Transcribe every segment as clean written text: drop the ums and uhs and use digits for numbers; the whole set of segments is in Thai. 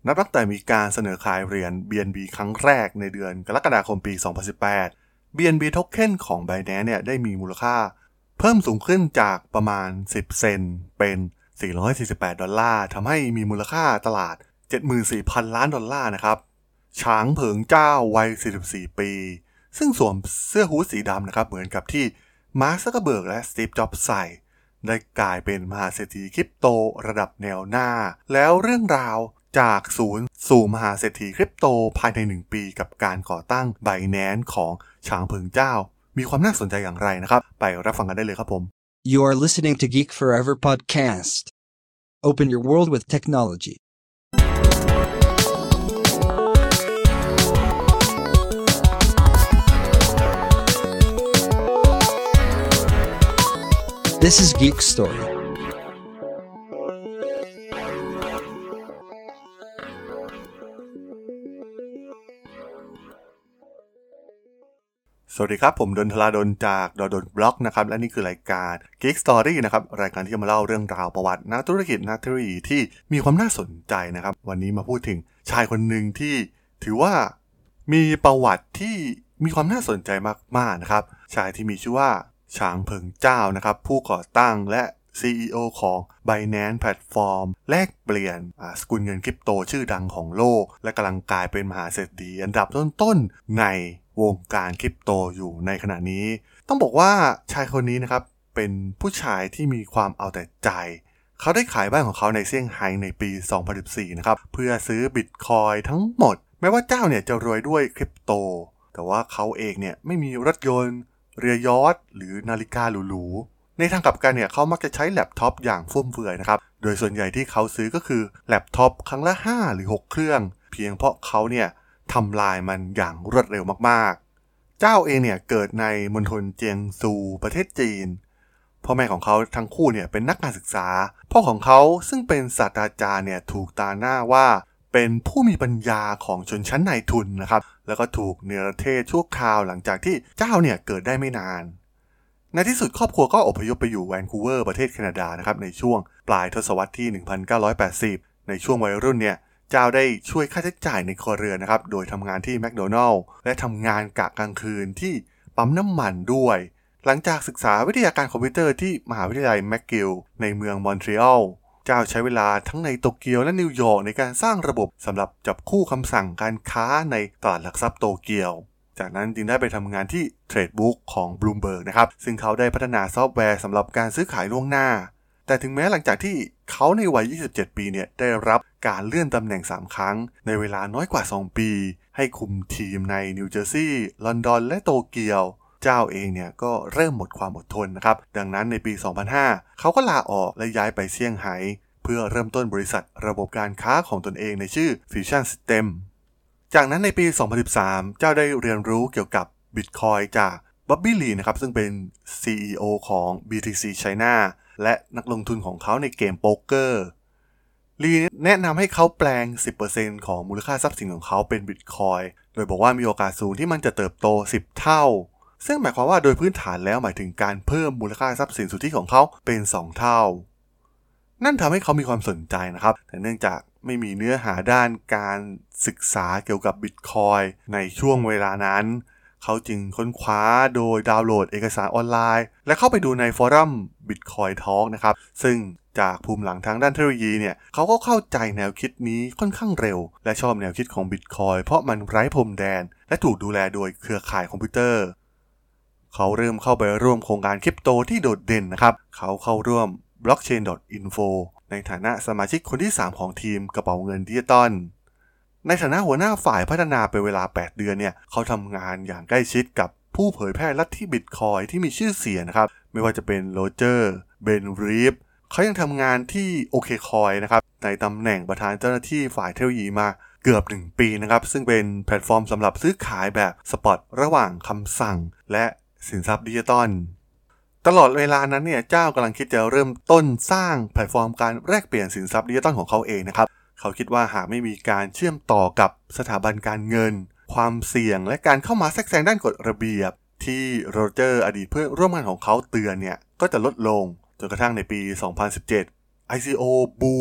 นับตั้งแต่มีการเสนอขายเหรียญ BNB ครั้งแรกในเดือนกรกฎาคมปี 2018 BNB Token ของ Binance เนี่ยได้มีมูลค่าเพิ่มสูงขึ้นจากประมาณ10 เซนต์เป็น$448ทำให้มีมูลค่าตลาด 74,000 ล้านดอลลาร์นะครับฉางเผิงเจ้าวัย44ปีซึ่งสวมเสื้อฮู้ดสีดำนะครับเหมือนกับที่มาร์ค ซักเคอร์เบิร์กและสตีฟ จ็อบส์ใส่ได้กลายเป็นมหาเศรษฐีคริปโตระดับแนวหน้าแล้วเรื่องราวจากศูนย์สู่มหาเศรษฐีคริปโตภายใน1ปีกับการก่อตั้ง Binance ของฉางเผิงเจ้ามีความน่าสนใจอย่างไรนะครับไปรับฟังกันได้เลยครับผม You are listening to Geek Forever podcast. Open your world with technology. This is Geek Story. สวัสดีครับผมดนทลาดลจากดนบล็อกนะครับและนี่คือรายการ Geek Story นะครับรายการที่จะมาเล่าเรื่องราวประวัตินักธุรกิจนักเทคโนโลยีที่มีความน่าสนใจนะครับวันนี้มาพูดถึงชายคนหนึ่งที่ถือว่ามีประวัติที่มีความน่าสนใจมากๆนะครับชายที่มีชื่อว่าฉางเผิงเจ้านะครับผู้ก่อตั้งและ CEO ของ Binance แพลตฟอร์มแลกเปลี่ยนสกุลเงินคริปโตชื่อดังของโลกและกำลังกลายเป็นมหาเศรษฐีอันดับต้นๆในวงการคริปโตอยู่ในขณะนี้ต้องบอกว่าชายคนนี้นะครับเป็นผู้ชายที่มีความเอาแต่ใจเขาได้ขายบ้านของเขาในเซี่ยงไฮ้ในปี 2014 นะครับเพื่อซื้อบิตคอยน์ทั้งหมดแม้ว่าเจ้าเนี่ยจะรวยด้วยคริปโตแต่ว่าเขาเองเนี่ยไม่มีรถยนต์เรือยอชต์หรือนาฬิกาหรูๆในทางกลับกันเนี่ยเขามักจะใช้แล็ปท็อปอย่างฟุ่มเฟือยนะครับโดยส่วนใหญ่ที่เขาซื้อก็คือแล็ปท็อปครั้งละ5หรือ6เครื่องเพียงเพราะเขาเนี่ยทำลายมันอย่างรวดเร็วมากๆเจ้าเองเนี่ยเกิดในมณฑลเจียงซูประเทศจีนพ่อแม่ของเขาทั้งคู่เนี่ยเป็นนักการศึกษาพ่อของเขาซึ่งเป็นศาสตราจารย์เนี่ยถูกตาหน้าว่าเป็นผู้มีปัญญาของชนชั้นนายทุนนะครับแล้วก็ถูกเนรเทศชั่วคราวหลังจากที่เจ้าเนี่ยเกิดได้ไม่นานในที่สุดครอบครัวก็อพยพไปอยู่แวนคูเวอร์ประเทศแคนาดานะครับในช่วงปลายทศวรรษที่ 1980 ในช่วงวัยรุ่นเนี่ยเจ้าได้ช่วยค่าใช้จ่ายในครัวเรือนนะครับโดยทำงานที่แมคโดนัลด์และทำงานกะกลางคืนที่ปั๊มน้ำมันด้วยหลังจากศึกษาวิทยาการคอมพิวเตอร์ที่มหาวิทยาลัยแมคกิลในเมืองมอนทรีออลเจ้าใช้เวลาทั้งในโตเกียวและนิวยอร์กในการสร้างระบบสำหรับจับคู่คำสั่งการค้าในตลาดหลักทรัพย์โตเกียวจากนั้นจึงได้ไปทำงานที่ Tradebook ของ Bloomberg นะครับซึ่งเขาได้พัฒนาซอฟต์แวร์สำหรับการซื้อขายล่วงหน้าแต่ถึงแม้หลังจากที่เขาในวัย 27 ปีเนี่ยได้รับการเลื่อนตำแหน่ง 3 ครั้งในเวลาน้อยกว่า 2 ปีให้คุมทีมในนิวเจอร์ซีย์ลอนดอนและโตเกียวเจ้าเองเนี่ยก็เริ่มหมดความอดทนนะครับดังนั้นในปี 2005 เขาก็ลาออกและย้ายไปเซี่ยงไฮ้เพื่อเริ่มต้นบริษัทระบบการค้าของตนเองในชื่อ Fusion System จากนั้นในปี 2013 เจ้าได้เรียนรู้เกี่ยวกับ Bitcoin จาก Bobby Lee นะครับซึ่งเป็น CEO ของ BTC China และนักลงทุนของเขาในเกมโป๊กเกอร์ลีแนะนำให้เขาแปลง 10% ของมูลค่าทรัพย์สินของเขาเป็น Bitcoin โดยบอกว่ามีโอกาสสูงที่มันจะเติบโต 10 เท่าซึ่งหมายความว่าโดยพื้นฐานแล้วหมายถึงการเพิ่มมูลค่าทรัพย์สินสุทธิของเขาเป็น 2 เท่านั่นทำให้เขามีความสนใจนะครับแต่เนื่องจากไม่มีเนื้อหาด้านการศึกษาเกี่ยวกับ Bitcoin ในช่วงเวลานั้นเขาจึงค้นคว้าโดยดาวน์โหลดเอกสารออนไลน์และเข้าไปดูในฟอรัม Bitcoin Talk นะครับซึ่งจากภูมิหลังทางด้านเทคโนโลยีเนี่ยเขาก็เข้าใจแนวคิดนี้ค่อนข้างเร็วและชอบแนวคิดของ Bitcoin เพราะมันไร้พรมแดนและถูกดูแลโดยเครือข่ายคอมพิวเตอร์เขาเริ่มเข้าไปร่วมโครงการคริปโตที่โดดเด่นนะครับเขาเข้าร่วม blockchain.info ในฐานะสมาชิกคนที่ 3 ของทีมกระเป๋าเงินดิจิตอลในฐานะหัวหน้าฝ่ายพัฒนาเป็นเวลา8 เดือนเนี่ยเขาทำงานอย่างใกล้ชิดกับผู้เผยแพร่ลัทธิ Bitcoin ที่มีชื่อเสียงนะครับไม่ว่าจะเป็นโรเจอร์เบนรีฟเขายังทำงานที่ OKCoin นะครับในตำแหน่งประธานเจ้าหน้าที่ฝ่ายเทคโนโลยีมาเกือบ1 ปีนะครับซึ่งเป็นแพลตฟอร์มสำหรับซื้อขายแบบสปอตระหว่างคำสั่งและสินทรัพย์ดิจิตอลตลอดเวลานั้นเนี่ยเจ้ากำลังคิดจะเริ่มต้นสร้างแพลตฟอร์มการแลกเปลี่ยนสินทรัพย์ดิจิตอลของเขาเองนะครับเขาคิดว่าหากไม่มีการเชื่อมต่อกับสถาบันการเงินความเสี่ยงและการเข้ามาแทรกแซงด้านกฎระเบียบที่โรเจอร์อดีตเพื่อนร่วมงานของเขาเตือนเนี่ยก็จะลดลงจนกระทั่งในปี 2017 ICO บูม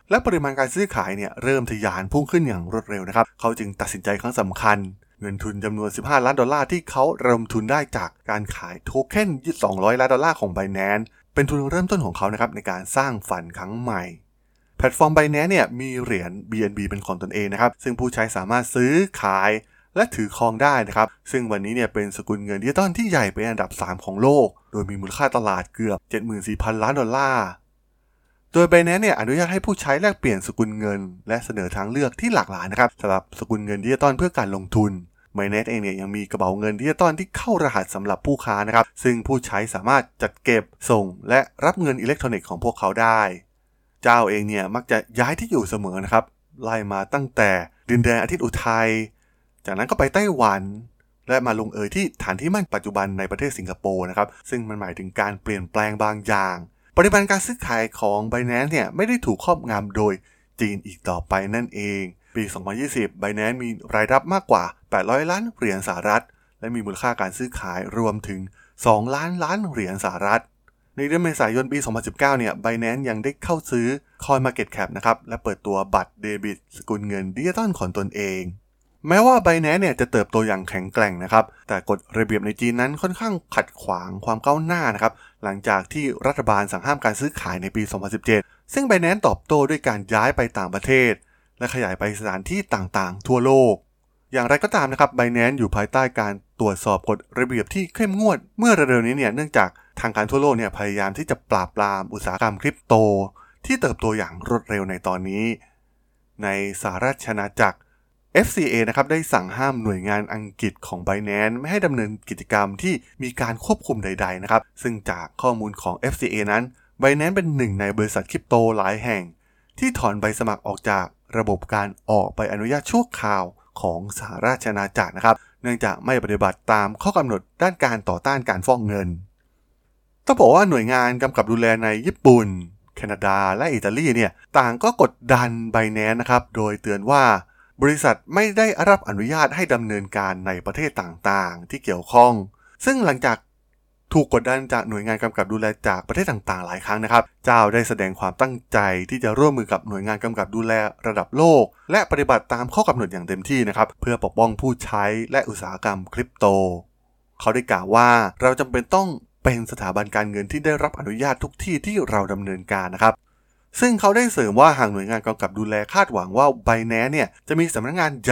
และปริมาณการซื้อขายเนี่ยเริ่มทะยานพุ่งขึ้นอย่างรวดเร็วนะครับเขาจึงตัดสินใจครั้งสำคัญเงินทุนจำนวน$15 ล้านที่เขาระดมทุนได้จากการขายโทเค็น$200 ล้านของ Binance เป็นทุนเริ่มต้นของเขานะครับในการสร้างฝันครั้งใหม่แพลตฟอร์ม Binance เนี่ยมีเหรียญ BNB เป็นของตนเองนะครับซึ่งผู้ใช้สามารถซื้อขายและถือครองได้นะครับซึ่งวันนี้เนี่ยเป็นสกุลเงินดิจิตอลที่ใหญ่เป็นอันดับ3ของโลกโดยมีมูลค่าตลาดเกือบ 74,000 ล้านดอลลาร์โดย Binance เนี่ยอนุญาตให้ผู้ใช้แลกเปลี่ยนสกุลเงินและเสนอทางเลือกที่หลากหลายนะครับสำหรับสกุลเงินดิจิตอลเพื่อการลงทุน Binance เองเนี่ยยังมีกระเป๋าเงินดิจิตอลที่เข้ารหัสสำหรับผู้ค้านะครับซึ่งผู้ใช้สามารถจัดเก็บส่งและรับเงินอิเล็กทรอนิกส์ของพวกเขาได้เจ้าเองเนี่ยมักจะย้ายที่อยู่เสมอนะครับไล่มาตั้งแต่ดินแดนอาทิตย์อุทัยจากนั้นก็ไปไต้หวันและมาลงเอยที่ฐานที่มั่นปัจจุบันในประเทศสิงคโปร์นะครับซึ่งมันหมายถึงการเปลี่ยนแปลงบางอย่างปริมาณการซื้อขายของ Binance เนี่ยไม่ได้ถูกครอบงำโดยจีนอีกต่อไปนั่นเองปี 2020 Binance มีรายรับมากกว่า$800 ล้านและมีมูลค่าการซื้อขายรวมถึง$2 ล้านในเดือนเมษายนปี 2019 เนี่ย Binance ยังได้เข้าซื้อ CoinMarketCap นะครับและเปิดตัวบัตรเดบิตสกุลเงินดิจิตอลของตนเองแม้ว่า Binance เนี่ยจะเติบโตอย่างแข็งแกร่งนะครับแต่กฎระเบียบในจีนนั้นค่อนข้างขัดขวางความก้าวหน้านะครับหลังจากที่รัฐบาลสั่งห้ามการซื้อขายในปี 2017 ซึ่ง Binance ตอบโต้ด้วยการย้ายไปต่างประเทศและขยายไปสถานที่ต่างๆทั่วโลกอย่างไรก็ตามนะครับ Binance อยู่ภายใต้การตรวจสอบกฎระเบียบที่เข้มงวดเมื่อเร็วๆนี้เนี่ยเนื่องจากทางการทั่วโลกเนี่ยพยายามที่จะปราบปรามอุตสาหกรรมคริปโตที่เติบโตอย่างรวดเร็วในตอนนี้ในสหราชอาณาจักร FCA นะครับได้สั่งห้ามหน่วยงานอังกฤษของ Binance ไม่ให้ดำเนินกิจกรรมที่มีการควบคุมใดๆนะครับซึ่งจากข้อมูลของ FCA นั้น Binance เป็นหนึ่งในบริษัทคริปโตหลายแห่งที่ถอนใบสมัครออกจากระบบการออกใบอนุญาตชั่วคราวของสหราชอาณาจักรนะครับเนื่องจากไม่ปฏิบัติตามข้อกำหนดด้านการต่อต้านการฟอกเงินต้องบอกว่าหน่วยงานกำกับดูแลในญี่ปุ่นแคนาดาและอิตาลีเนี่ยต่างก็กดดัน Binance นะครับโดยเตือนว่าบริษัทไม่ได้รับอนุญาตให้ดำเนินการในประเทศต่างๆที่เกี่ยวข้องซึ่งหลังจากถูกกดดันจากหน่วยงานกำกับดูแลจากประเทศต่างๆหลายครั้งนะครับเจ้าได้แสดงความตั้งใจที่จะร่วมมือกับหน่วยงานกำกับดูแลระดับโลกและปฏิบัติตามข้อกำหนดอย่างเต็มที่นะครับเพื่อปกป้องผู้ใช้และอุตสาหกรรมคริปโตเขาได้กล่าวว่าเราจำเป็นต้องเป็นสถาบันการเงินที่ได้รับอนุญาตทุกที่ที่เราดำเนินการนะครับซึ่งเขาได้เสริมว่าหากหน่วยงานกำกับดูแลคาดหวังว่า Binance เนี่ยจะมีสำนักงานใหญ่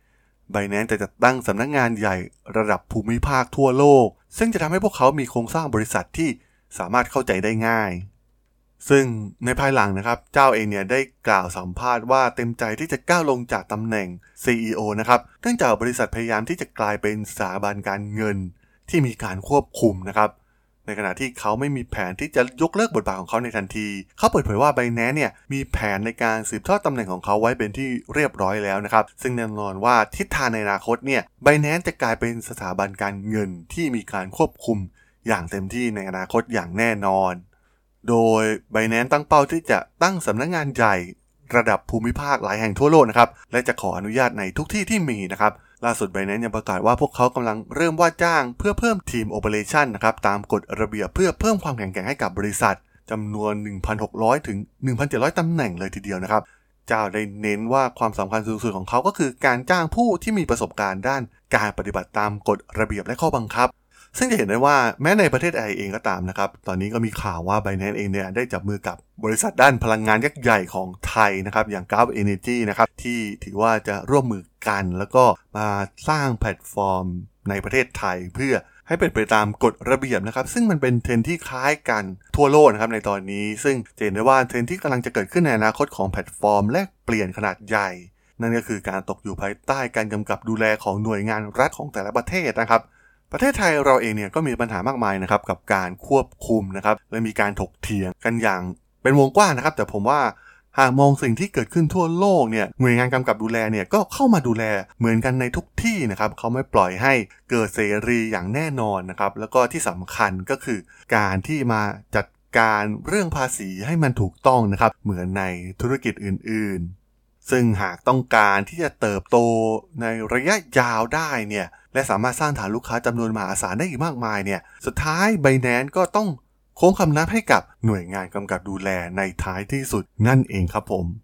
Binance จะจัดตั้งสำนักงานใหญ่ระดับภูมิภาคทั่วโลกซึ่งจะทำให้พวกเขามีโครงสร้างบริษัทที่สามารถเข้าใจได้ง่ายซึ่งในภายหลังนะครับเจ้าเองเนี่ยได้กล่าวสัมภาษณ์ว่าเต็มใจที่จะก้าวลงจากตำแหน่ง CEO นะครับเนื่องจากบริษัทพยายามที่จะกลายเป็นสถาบันการเงินที่มีการควบคุมนะครับในขณะที่เขาไม่มีแผนที่จะยกเลิกบทบาทของเขาในทันทีเขาเปิดเผยว่า Binance เนี่ยมีแผนในการสืบทอดตำแหน่งของเขาไว้เป็นที่เรียบร้อยแล้วนะครับซึ่งแน่นอนว่าทิศทางในอนาคตเนี่ย Binance จะกลายเป็นสถาบันการเงินที่มีการควบคุมอย่างเต็มที่ในอนาคตอย่างแน่นอนโดย Binance ตั้งเป้าที่จะตั้งสำนักงานใหญ่ระดับภูมิภาคหลายแห่งทั่วโลกนะครับและจะขออนุญาตในทุกที่ที่มีนะครับล่าสุด Binance ยังประกาศว่าพวกเขากำลังเริ่มว่าจ้างเพื่อเพิ่มทีม Operation นะครับตามกฎระเบียบเพื่อเพิ่มความแข็งแกร่งให้กับบริษัทจำนวน 1,600 ถึง 1,700 ตำแหน่งเลยทีเดียวนะครับเจ้าได้เน้นว่าความสำคัญสูงสุดของเขาก็คือการจ้างผู้ที่มีประสบการณ์ด้านการปฏิบัติตามกฎระเบียบและข้อบังคับซึ่งจะเห็นได้ว่าแม้ในประเทศไทยเองก็ตามนะครับตอนนี้ก็มีข่าวว่า Binance เองเนี่ยได้จับมือกับบริษัทด้านพลังงานยักษ์ใหญ่ของไทยนะครับอย่าง Gulf Energy นะครับที่ถือว่าจะร่วมมือกันแล้วก็มาสร้างแพลตฟอร์มในประเทศไทยเพื่อให้เป็นไปตามกฎระเบียบนะครับซึ่งมันเป็นเทรนด์ที่คล้ายกันทั่วโลกนะครับในตอนนี้ซึ่งจะเห็นได้ว่าเทรนด์ที่กำลังจะเกิดขึ้นในอนาคตของแพลตฟอร์มแลกเปลี่ยนขนาดใหญ่นั่นก็คือการตกอยู่ภายใต้การกำกับดูแลของหน่วยงานรัฐของแต่ละประเทศนะครับประเทศไทยเราเองเนี่ยก็มีปัญหามากมายนะครับกับการควบคุมนะครับและมีการถกเถียงกันอย่างเป็นวงกว้างนะครับแต่ผมว่าหากมองสิ่งที่เกิดขึ้นทั่วโลกเนี่ยหน่วยงานกำกับดูแลเนี่ยก็เข้ามาดูแลเหมือนกันในทุกที่นะครับเขาไม่ปล่อยให้เกิดเสรีอย่างแน่นอนนะครับแล้วก็ที่สำคัญก็คือการที่มาจัดการเรื่องภาษีให้มันถูกต้องนะครับเหมือนในธุรกิจอื่นๆซึ่งหากต้องการที่จะเติบโตในระยะยาวได้เนี่ยและสามารถสร้างฐานลูกค้าจำนวนมหาศาลได้อีกมากมายเนี่ยสุดท้าย Binance ก็ต้องโค้งคำนับให้กับหน่วยงานกำกับดูแลในท้ายที่สุดนั่นเองครับผม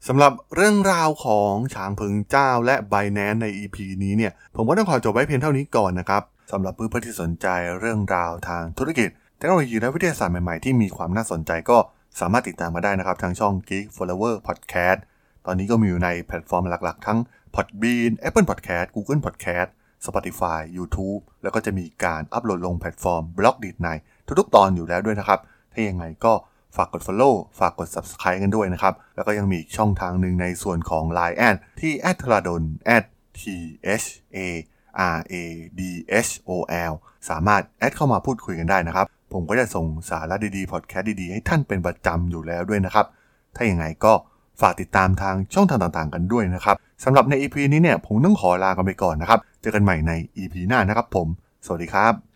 สำหรับเรื่องราวของฉางเพิงเจ้าและ Binance ใน EP นี้เนี่ยผมก็ต้องขอจบไว้เพียงเท่านี้ก่อนนะครับสำหรับเพื่อนๆที่สนใจเรื่องราวทางธุรกิจเทคโนโลยีและวิทยาศาสตร์ใหม่ๆที่มีความน่าสนใจก็สามารถติดตามมาได้นะครับทางช่อง Geek Flower Podcast ตอนนี้ก็มีอยู่ในแพลตฟอร์มหลักๆทั้ง Podbean Apple Podcast Google Podcast Spotify YouTube แล้วก็จะมีการอัปโหลดลงแพลตฟอร์ม Blogdit ในทุกๆตอนอยู่แล้วด้วยนะครับถ้ายังไงก็ฝากกด follow ฝากกด subscribe กันด้วยนะครับแล้วก็ยังมีอีกช่องทางหนึ่งในส่วนของ Line แอดที่ @thradol @thradol สามารถแอดเข้ามาพูดคุยกันได้นะครับผมก็จะส่งสาระดีๆพอดแคสต์ดีๆให้ท่านเป็นประจำอยู่แล้วด้วยนะครับถ้าอย่างไรก็ฝากติดตามทางช่องทางต่างๆกันด้วยนะครับสำหรับใน EP นี้เนี่ยผมต้องขอลากันไปก่อนนะครับเจอกันใหม่ใน EP หน้านะครับผมสวัสดีครับ